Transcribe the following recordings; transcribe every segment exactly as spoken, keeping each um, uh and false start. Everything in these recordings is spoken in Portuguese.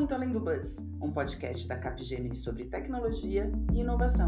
Muito Além do Buzz, um podcast da Capgemini sobre tecnologia e inovação.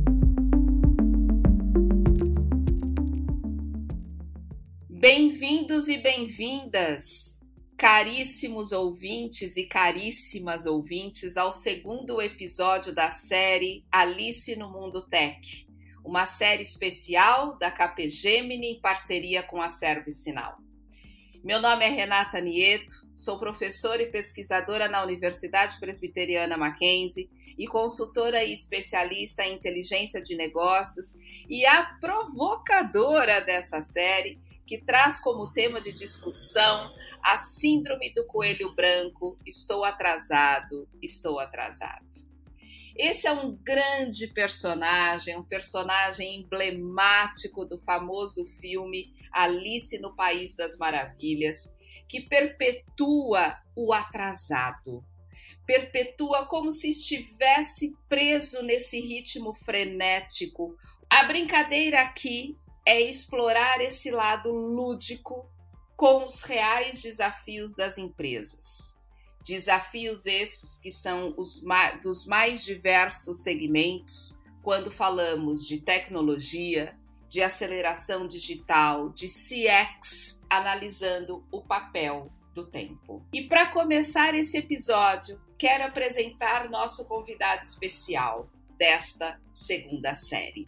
Bem-vindos e bem-vindas, caríssimos ouvintes e caríssimas ouvintes, ao segundo episódio da série Alice no Mundo Tech, uma série especial da Capgemini em parceria com a ServiceNow. Meu nome é Renata Nieto, sou professora e pesquisadora na Universidade Presbiteriana Mackenzie e consultora e especialista em inteligência de negócios e a provocadora dessa série, que traz como tema de discussão a síndrome do coelho branco, estou atrasado, estou atrasado. Esse é um grande personagem, um personagem emblemático do famoso filme Alice no País das Maravilhas, que perpetua o atrasado. Perpetua como se estivesse preso nesse ritmo frenético. A brincadeira aqui é explorar esse lado lúdico com os reais desafios das empresas. Desafios esses que são os mais, dos mais diversos segmentos quando falamos de tecnologia, de aceleração digital, de C X, analisando o papel do tempo. E para começar esse episódio, quero apresentar nosso convidado especial desta segunda série.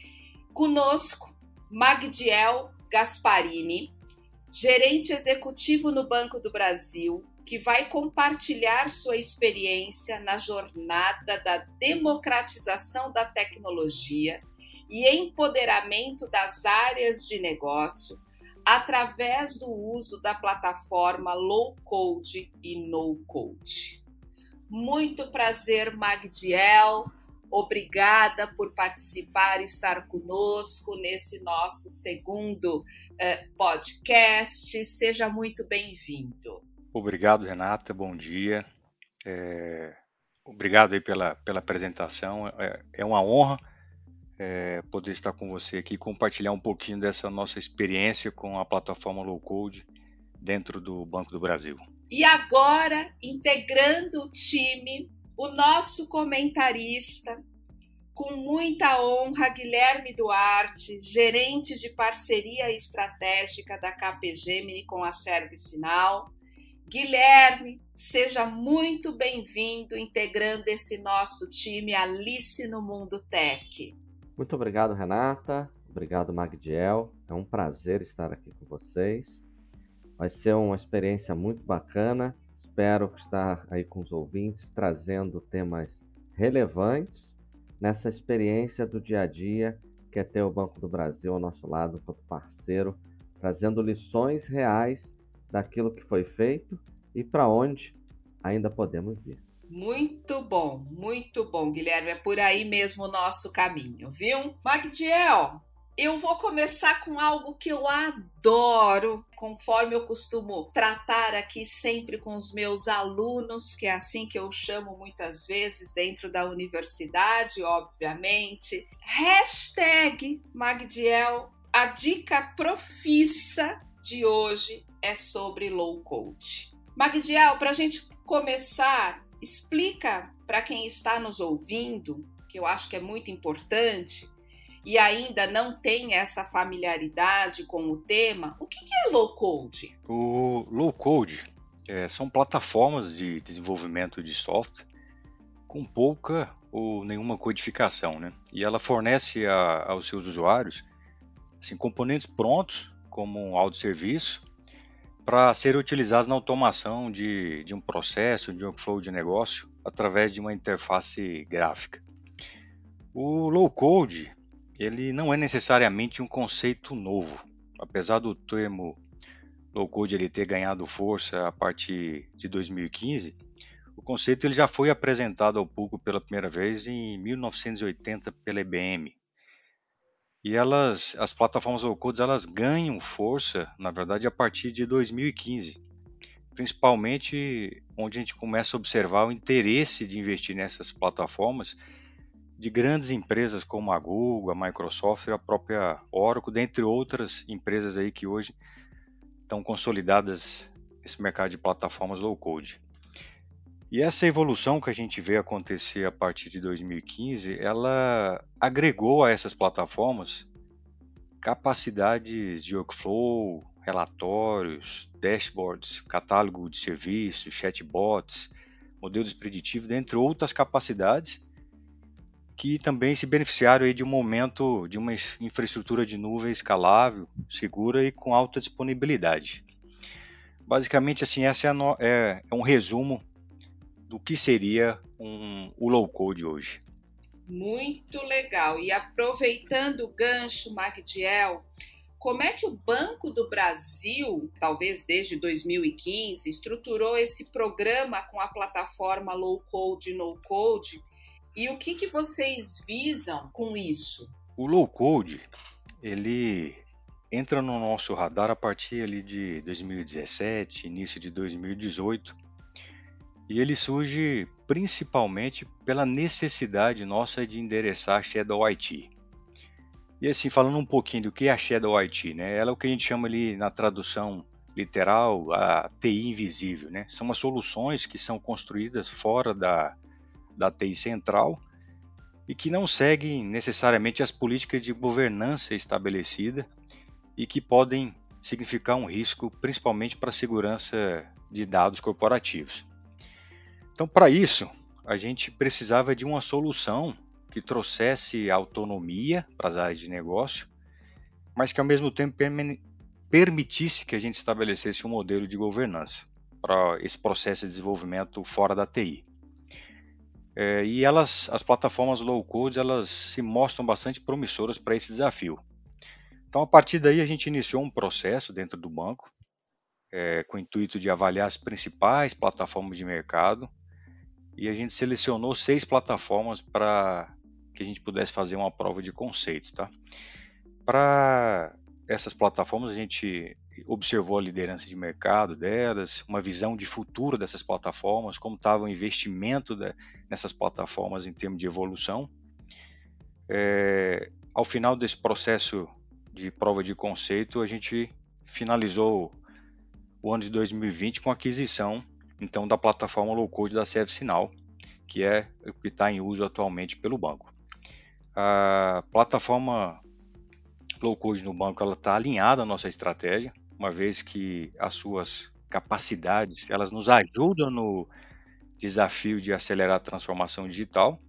Conosco, Magdiel Gasparini, gerente executivo no Banco do Brasil, que vai compartilhar sua experiência na jornada da democratização da tecnologia e empoderamento das áreas de negócio através do uso da plataforma Low Code e No Code. Muito prazer, Magdiel. Obrigada por participar e estar conosco nesse nosso segundo uh, podcast. Seja muito bem-vindo. Obrigado, Renata. Bom dia. É, obrigado aí pela, pela apresentação. É, é uma honra é, poder estar com você aqui e compartilhar um pouquinho dessa nossa experiência com a plataforma Low Code dentro do Banco do Brasil. E agora, integrando o time, o nosso comentarista, com muita honra, Guilherme Duarte, gerente de parceria estratégica da Capgemini com a ServiceNow. Guilherme, seja muito bem-vindo integrando esse nosso time Alice no Mundo Tech. Muito obrigado, Renata. Obrigado, Magdiel. É um prazer estar aqui com vocês. Vai ser uma experiência muito bacana. Espero estar aí com os ouvintes, trazendo temas relevantes nessa experiência do dia a dia, que é ter o Banco do Brasil ao nosso lado, enquanto parceiro, trazendo lições reais daquilo que foi feito e para onde ainda podemos ir. Muito bom, muito bom, Guilherme. É por aí mesmo o nosso caminho, viu? Magdiel, eu vou começar com algo que eu adoro, conforme eu costumo tratar aqui sempre com os meus alunos, que é assim que eu chamo muitas vezes dentro da universidade, obviamente. Hashtag Magdiel, a dica profissa de hoje é sobre Low Code. Magdiel, para a gente começar, explica para quem está nos ouvindo, que eu acho que é muito importante, e ainda não tem essa familiaridade com o tema, o que é Low Code? O Low Code é, são plataformas de desenvolvimento de software com pouca ou nenhuma codificação, né? E ela fornece a, aos seus usuários assim, componentes prontos, como um autosserviço, para serem utilizados na automação de, de um processo, de um flow de negócio, através de uma interface gráfica. O Low Code, ele não é necessariamente um conceito novo, apesar do termo Low Code ele ter ganhado força a partir de dois mil e quinze, o conceito ele já foi apresentado ao público pela primeira vez em mil novecentos e oitenta pela I B M. E elas, as plataformas Low Code, elas ganham força, na verdade, a partir de dois mil e quinze, principalmente onde a gente começa a observar o interesse de investir nessas plataformas de grandes empresas como a Google, a Microsoft e a própria Oracle, dentre outras empresas aí que hoje estão consolidadas nesse mercado de plataformas Low Code. E essa evolução que a gente vê acontecer a partir de dois mil e quinze, ela agregou a essas plataformas capacidades de workflow, relatórios, dashboards, catálogo de serviços, chatbots, modelos preditivos, dentre outras capacidades que também se beneficiaram aí de um momento de uma infraestrutura de nuvem escalável, segura e com alta disponibilidade. Basicamente, assim, essa é, no, é, é um resumo do que seria um, o low-code hoje. Muito legal. E aproveitando o gancho, Magdiel, como é que o Banco do Brasil, talvez desde dois mil e quinze, estruturou esse programa com a plataforma low-code e no-code? E o que, que vocês visam com isso? O low-code, ele entra no nosso radar a partir ali de dois mil e dezessete, início de dois mil e dezoito, e ele surge principalmente pela necessidade nossa de endereçar a Shadow I T. E assim, falando um pouquinho do que é a Shadow I T, né? Ela é o que a gente chama ali na tradução literal, a T I invisível, né? São as soluções que são construídas fora da, da T I central e que não seguem necessariamente as políticas de governança estabelecida e que podem significar um risco, principalmente para a segurança de dados corporativos. Então, para isso, a gente precisava de uma solução que trouxesse autonomia para as áreas de negócio, mas que ao mesmo tempo permitisse que a gente estabelecesse um modelo de governança para esse processo de desenvolvimento fora da T I. É, e elas, as plataformas low-code, elas se mostram bastante promissoras para esse desafio. Então, a partir daí, a gente iniciou um processo dentro do banco, é, com o intuito de avaliar as principais plataformas de mercado, e a gente selecionou seis plataformas para que a gente pudesse fazer uma prova de conceito, tá? Para essas plataformas, a gente observou a liderança de mercado delas, uma visão de futuro dessas plataformas, como estava o investimento de, nessas plataformas em termos de evolução. É, ao final desse processo de prova de conceito, a gente finalizou o ano de dois mil e vinte com a aquisição então da plataforma low-code da C F Sinal, que é o que está em uso atualmente pelo banco. A plataforma low-code no banco está alinhada à nossa estratégia, uma vez que as suas capacidades elas nos ajudam no desafio de acelerar a transformação digital.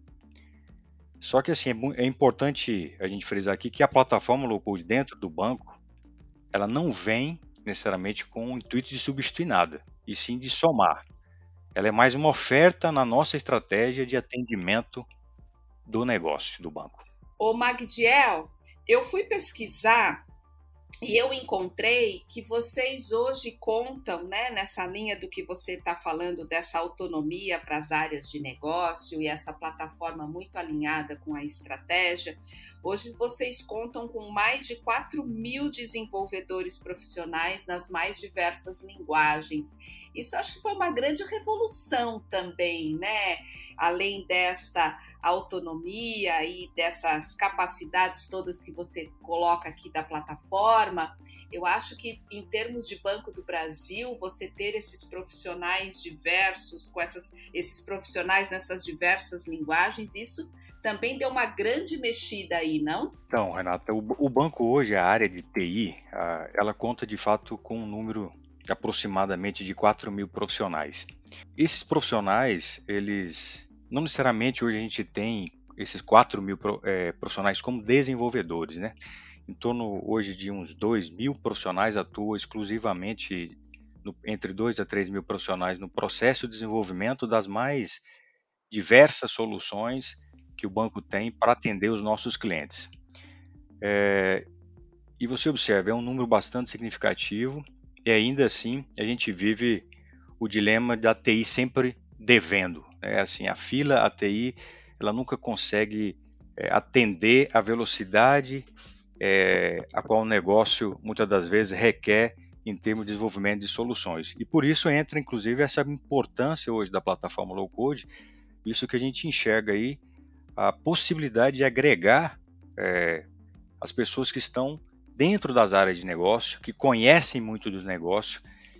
Só que assim, é, é importante a gente frisar aqui que a plataforma low-code dentro do banco, ela não vem necessariamente com o intuito de substituir nada, e sim de somar. Ela é mais uma oferta na nossa estratégia de atendimento do negócio do banco. Ô Magdiel, eu fui pesquisar e eu encontrei que vocês hoje contam, né, nessa linha do que você está falando, dessa autonomia para as áreas de negócio e essa plataforma muito alinhada com a estratégia. Hoje vocês contam com mais de quatro mil desenvolvedores profissionais nas mais diversas linguagens. Isso acho que foi uma grande revolução também, né? Além desta autonomia e dessas capacidades todas que você coloca aqui da plataforma, eu acho que em termos de Banco do Brasil, você ter esses profissionais diversos, com essas, esses profissionais nessas diversas linguagens, isso também deu uma grande mexida aí, não? Então, Renata, o, o banco hoje, a área de T I, a, ela conta de fato com um número aproximadamente de quatro mil profissionais. Esses profissionais, eles não necessariamente hoje a gente tem esses quatro mil é, profissionais como desenvolvedores, né? Em torno hoje de uns dois mil profissionais atuam exclusivamente, no, entre dois a três mil profissionais no processo de desenvolvimento das mais diversas soluções que o banco tem para atender os nossos clientes. É, e você observa, é um número bastante significativo e ainda assim a gente vive o dilema da T I sempre devendo. É assim, a fila, a T I, ela nunca consegue é, atender a velocidade é, a qual o negócio muitas das vezes requer em termos de desenvolvimento de soluções. E por isso entra inclusive essa importância hoje da plataforma low-code, isso que a gente enxerga aí, a possibilidade de agregar é, as pessoas que estão dentro das áreas de negócio, que conhecem muito dos negócios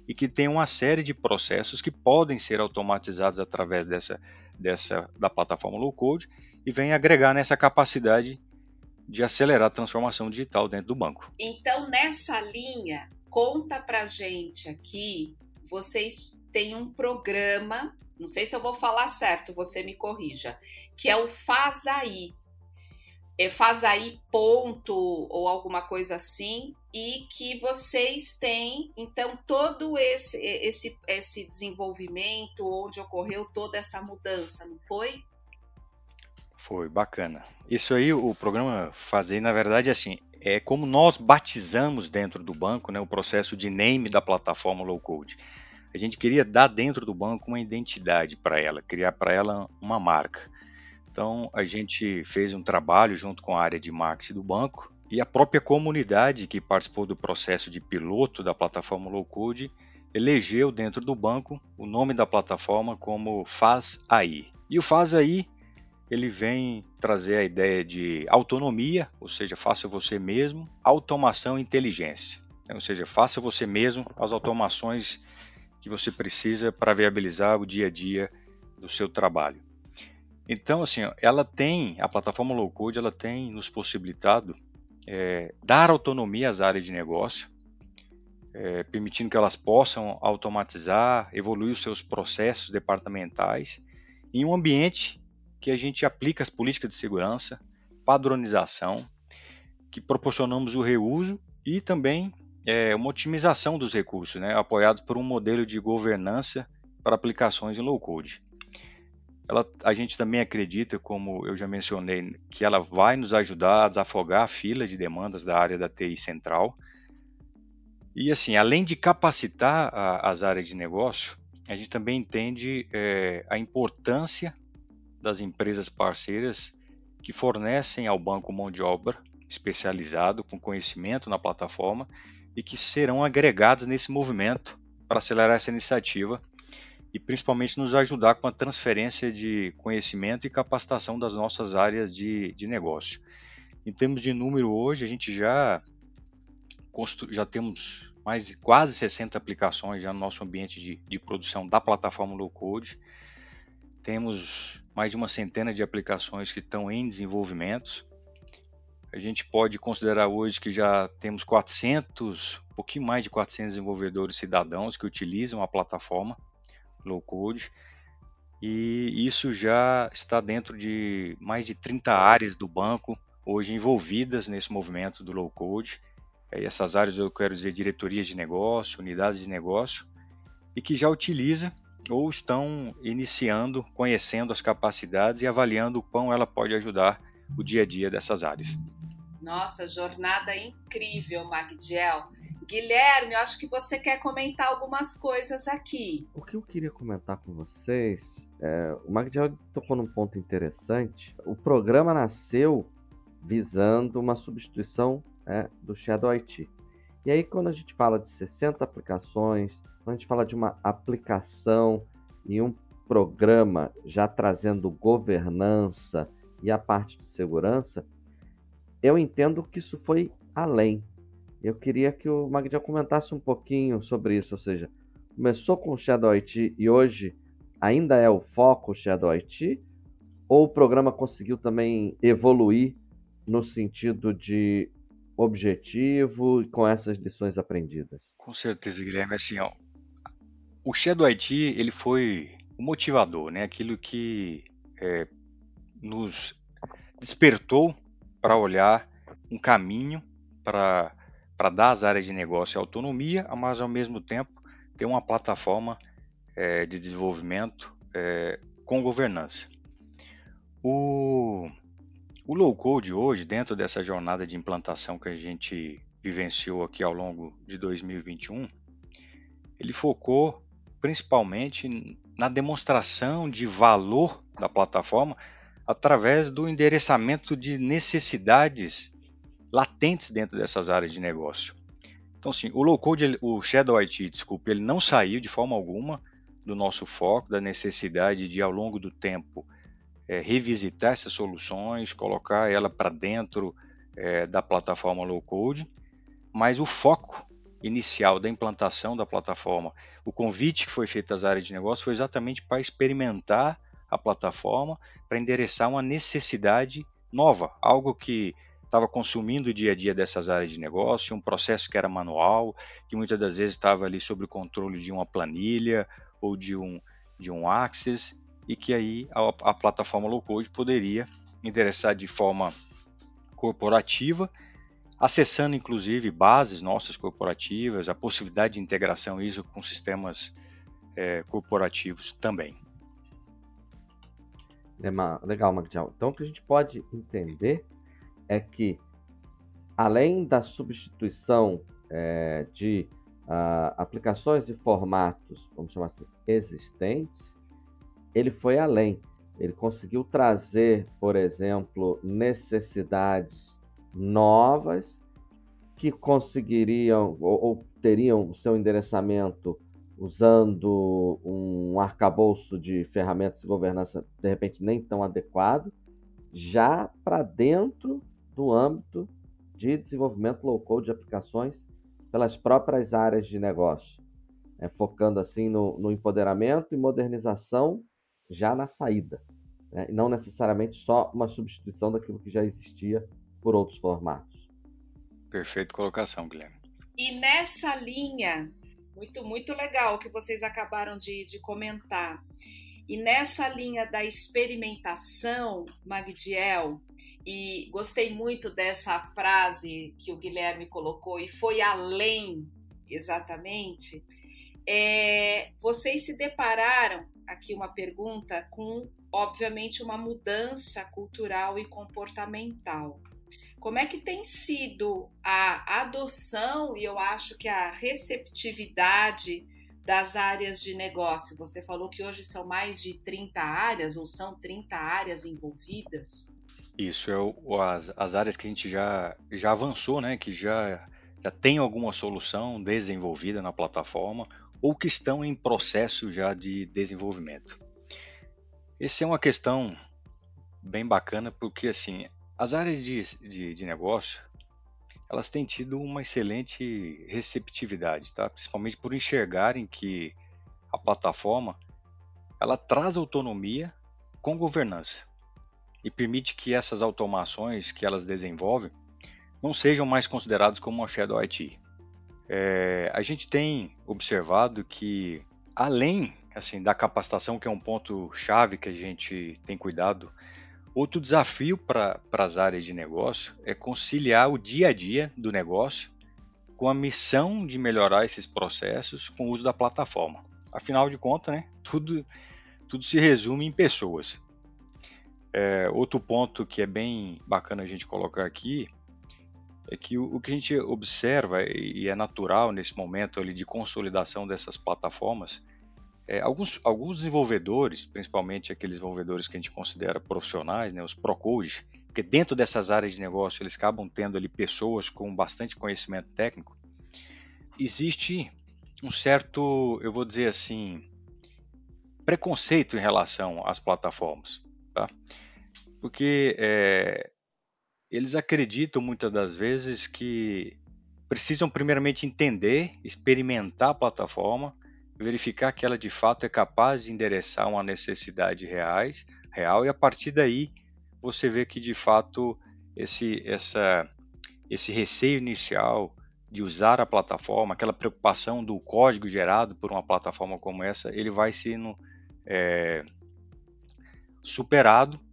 e que tem uma série de processos que podem ser automatizados através dessa, dessa da plataforma low code e vem agregar nessa capacidade de acelerar a transformação digital dentro do banco. Então, nessa linha, conta pra gente aqui, vocês têm um programa, não sei se eu vou falar certo, você me corrija, que é o Faz Aí. É Faz Aí ponto ou alguma coisa assim, e que vocês têm, então, todo esse, esse, esse desenvolvimento, onde ocorreu toda essa mudança, não foi? Foi, bacana. Isso aí, o programa Faz Aí, na verdade, é assim, é como nós batizamos dentro do banco, né, o processo de name da plataforma low code. A gente queria dar dentro do banco uma identidade para ela, criar para ela uma marca. Então, a gente fez um trabalho junto com a área de marketing do banco e a própria comunidade que participou do processo de piloto da plataforma low code elegeu dentro do banco o nome da plataforma como Faz Aí. E o Faz Aí, ele vem trazer a ideia de autonomia, ou seja, faça você mesmo, automação e inteligência. Ou seja, faça você mesmo as automações que você precisa para viabilizar o dia a dia do seu trabalho. Então, assim, ela tem, a plataforma low code, ela tem nos possibilitado é, dar autonomia às áreas de negócio, é, permitindo que elas possam automatizar, evoluir os seus processos departamentais em um ambiente que a gente aplica as políticas de segurança, padronização, que proporcionamos o reuso e também é, uma otimização dos recursos, né, apoiados por um modelo de governança para aplicações em low code. Ela, a gente também acredita, como eu já mencionei, que ela vai nos ajudar a desafogar a fila de demandas da área da T I central. E assim, além de capacitar a, as áreas de negócio, a gente também entende é, a importância das empresas parceiras que fornecem ao banco mão de obra especializado, com conhecimento na plataforma, e que serão agregadas nesse movimento para acelerar essa iniciativa e principalmente nos ajudar com a transferência de conhecimento e capacitação das nossas áreas de, de negócio. Em termos de número, hoje a gente já, constru, já temos mais quase sessenta aplicações já no nosso ambiente de, de produção da plataforma low code. Temos mais de uma centena de aplicações que estão em desenvolvimento. A gente pode considerar hoje que já temos quatrocentos, um pouquinho mais de quatrocentos desenvolvedores cidadãos que utilizam a plataforma low code, e isso já está dentro de mais de trinta áreas do banco hoje envolvidas nesse movimento do low code. E essas áreas eu quero dizer diretorias de negócio, unidades de negócio, e que já utiliza ou estão iniciando, conhecendo as capacidades e avaliando o quão ela pode ajudar o dia a dia dessas áreas. Nossa, jornada incrível, Magdiel. Guilherme, eu acho que você quer comentar algumas coisas aqui. O que eu queria comentar com vocês, é, o Magdiel tocou num ponto interessante. O programa nasceu visando uma substituição é, do Shadow I T. E aí, quando a gente fala de sessenta aplicações, quando a gente fala de uma aplicação e um programa já trazendo governança e a parte de segurança, eu entendo que isso foi além. Eu queria que o Magdiel comentasse um pouquinho sobre isso, ou seja, começou com o Shadow I T e hoje ainda é o foco o Shadow I T, ou o programa conseguiu também evoluir no sentido de objetivo com essas lições aprendidas? Com certeza, Guilherme. Assim, ó, o Shadow I T ele foi o motivador, né? Aquilo que é, nos despertou para olhar um caminho para para dar às áreas de negócio autonomia, mas ao mesmo tempo ter uma plataforma é, de desenvolvimento é, com governança. O, o low code hoje, dentro dessa jornada de implantação que a gente vivenciou aqui ao longo de dois mil e vinte e um, ele focou principalmente na demonstração de valor da plataforma através do endereçamento de necessidades latentes dentro dessas áreas de negócio. Então, assim, o low code, o Shadow I T, desculpe, ele não saiu de forma alguma do nosso foco, da necessidade de, ao longo do tempo, é, revisitar essas soluções, colocar ela para dentro é, da plataforma low code, mas o foco inicial da implantação da plataforma, o convite que foi feito às áreas de negócio foi exatamente para experimentar a plataforma, para endereçar uma necessidade nova, algo que estava consumindo o dia a dia dessas áreas de negócio, um processo que era manual, que muitas das vezes estava ali sob o controle de uma planilha ou de um, de um Access, e que aí a, a plataforma low-code poderia endereçar de forma corporativa, acessando inclusive bases nossas corporativas, a possibilidade de integração I S O com sistemas é, corporativos também. Legal, Magdiel. Então o que a gente pode entender é que, além da substituição é, de uh, aplicações e formatos, vamos chamar assim, existentes, ele foi além. Ele conseguiu trazer, por exemplo, necessidades novas que conseguiriam ou, ou teriam o seu endereçamento usando um arcabouço de ferramentas de governança, de repente, nem tão adequado, já para dentro do âmbito de desenvolvimento low-code de aplicações pelas próprias áreas de negócio, é, focando assim no, no empoderamento e modernização já na saída, né? E não necessariamente só uma substituição daquilo que já existia por outros formatos. Perfeita colocação, Guilherme. E nessa linha, muito, muito legal o que vocês acabaram de, de comentar. E nessa linha da experimentação, Magdiel, e gostei muito dessa frase que o Guilherme colocou, e foi além, exatamente, é, vocês se depararam, aqui uma pergunta, com, obviamente, uma mudança cultural e comportamental. Como é que tem sido a adoção e eu acho que a receptividade das áreas de negócio? Você falou que hoje são mais de trinta áreas, ou são trinta áreas envolvidas? Isso, é o, as, as áreas que a gente já, já avançou, né? Que já, já tem alguma solução desenvolvida na plataforma ou que estão em processo já de desenvolvimento. Essa é uma questão bem bacana porque, assim, as áreas de, de, de negócio, elas têm tido uma excelente receptividade, tá? Principalmente por enxergarem que a plataforma ela traz autonomia com governança e permite que essas automações que elas desenvolvem não sejam mais consideradas como uma Shadow I T. É, a gente tem observado que, além assim, da capacitação, que é um ponto chave que a gente tem cuidado, outro desafio para as áreas de negócio é conciliar o dia a dia do negócio com a missão de melhorar esses processos com o uso da plataforma. Afinal de contas, né, tudo, tudo se resume em pessoas. É, outro ponto que é bem bacana a gente colocar aqui é que o, o que a gente observa, e é natural nesse momento ali de consolidação dessas plataformas, É, alguns, alguns desenvolvedores, principalmente aqueles desenvolvedores que a gente considera profissionais, né, os Pro-Code, porque dentro dessas áreas de negócio eles acabam tendo ali pessoas com bastante conhecimento técnico, existe um certo, eu vou dizer assim, preconceito em relação às plataformas, tá? Porque é, eles acreditam muitas das vezes que precisam primeiramente entender, experimentar a plataforma, verificar que ela de fato é capaz de endereçar uma necessidade reais, real, e a partir daí você vê que de fato esse, essa, esse receio inicial de usar a plataforma, aquela preocupação do código gerado por uma plataforma como essa, ele vai sendo é, superado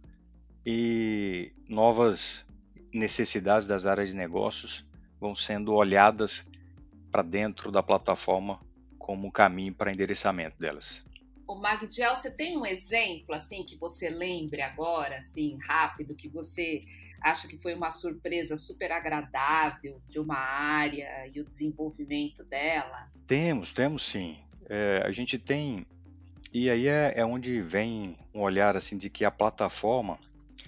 e novas necessidades das áreas de negócios vão sendo olhadas para dentro da plataforma como um caminho para endereçamento delas. O Magdiel, você tem um exemplo assim que você lembre agora, assim, rápido, que você acha que foi uma surpresa super agradável de uma área e o desenvolvimento dela? Temos, temos sim. É, a gente tem, e aí é, é onde vem um olhar assim de que a plataforma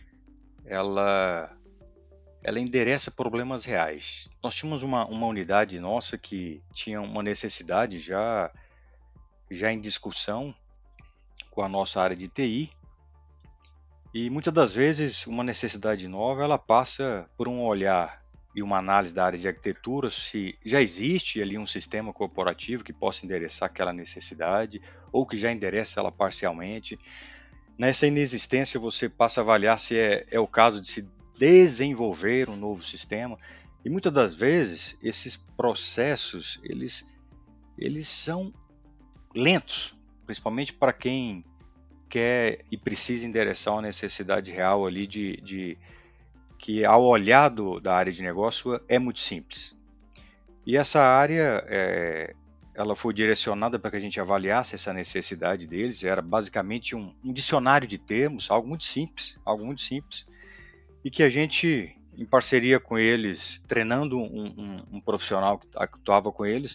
ela ela endereça problemas reais. Nós tínhamos uma, uma unidade nossa que tinha uma necessidade já, já em discussão com a nossa área de T I, e muitas das vezes uma necessidade nova ela passa por um olhar e uma análise da área de arquitetura, se já existe ali um sistema corporativo que possa endereçar aquela necessidade ou que já endereça ela parcialmente. Nessa inexistência, você passa a avaliar se é, é o caso de se desenvolver um novo sistema. E muitas das vezes, esses processos, eles, eles são lentos, principalmente para quem quer e precisa endereçar uma necessidade real ali de, de que ao olhar do, da área de negócio é muito simples. E essa área, é, ela foi direcionada para que a gente avaliasse essa necessidade deles, era basicamente um, um dicionário de termos, algo muito simples, algo muito simples, e que a gente, em parceria com eles, treinando um, um, um profissional que atuava com eles,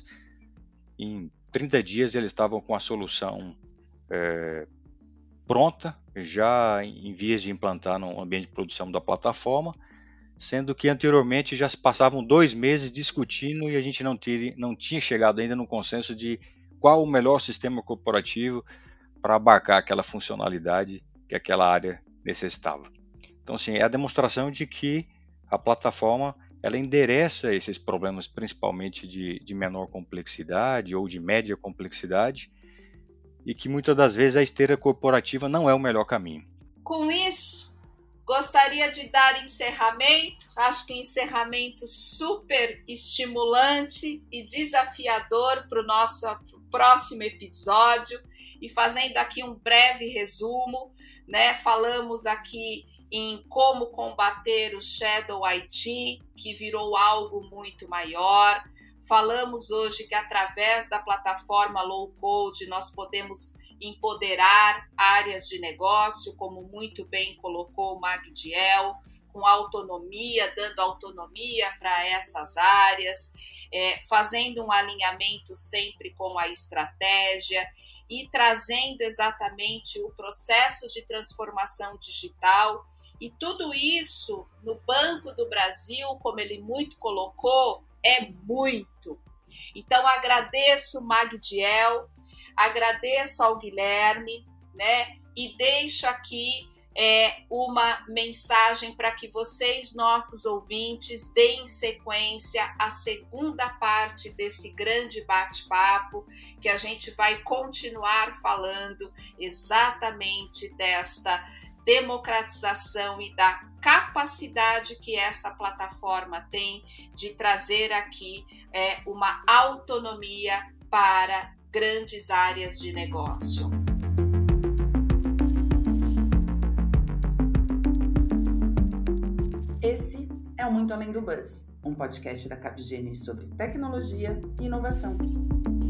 em trinta dias eles estavam com a solução é, pronta, já em vias de implantar no ambiente de produção da plataforma, sendo que anteriormente já se passavam dois meses discutindo e a gente não, tire, não tinha chegado ainda no consenso de qual o melhor sistema corporativo para abarcar aquela funcionalidade que aquela área necessitava. Então, assim, é a demonstração de que a plataforma ela endereça esses problemas, principalmente de, de menor complexidade ou de média complexidade, e que muitas das vezes a esteira corporativa não é o melhor caminho. Com isso, gostaria de dar encerramento, acho que um encerramento super estimulante e desafiador para o nosso próximo episódio, e fazendo aqui um breve resumo, né? Falamos aqui em como combater o Shadow I T, que virou algo muito maior. Falamos hoje que através da plataforma Low Code nós podemos empoderar áreas de negócio, como muito bem colocou o Magdiel, com autonomia, dando autonomia para essas áreas, é, fazendo um alinhamento sempre com a estratégia e trazendo exatamente o processo de transformação digital. E tudo isso no Banco do Brasil, como ele muito colocou, é muito. Então, agradeço o Magdiel, agradeço ao Guilherme, né? E deixo aqui é, uma mensagem para que vocês, nossos ouvintes, deem sequência à segunda parte desse grande bate-papo, que a gente vai continuar falando exatamente desta democratização e da capacidade que essa plataforma tem de trazer aqui é, uma autonomia para grandes áreas de negócio. Esse é o Muito Além do Buzz, um podcast da Capgemini sobre tecnologia e inovação.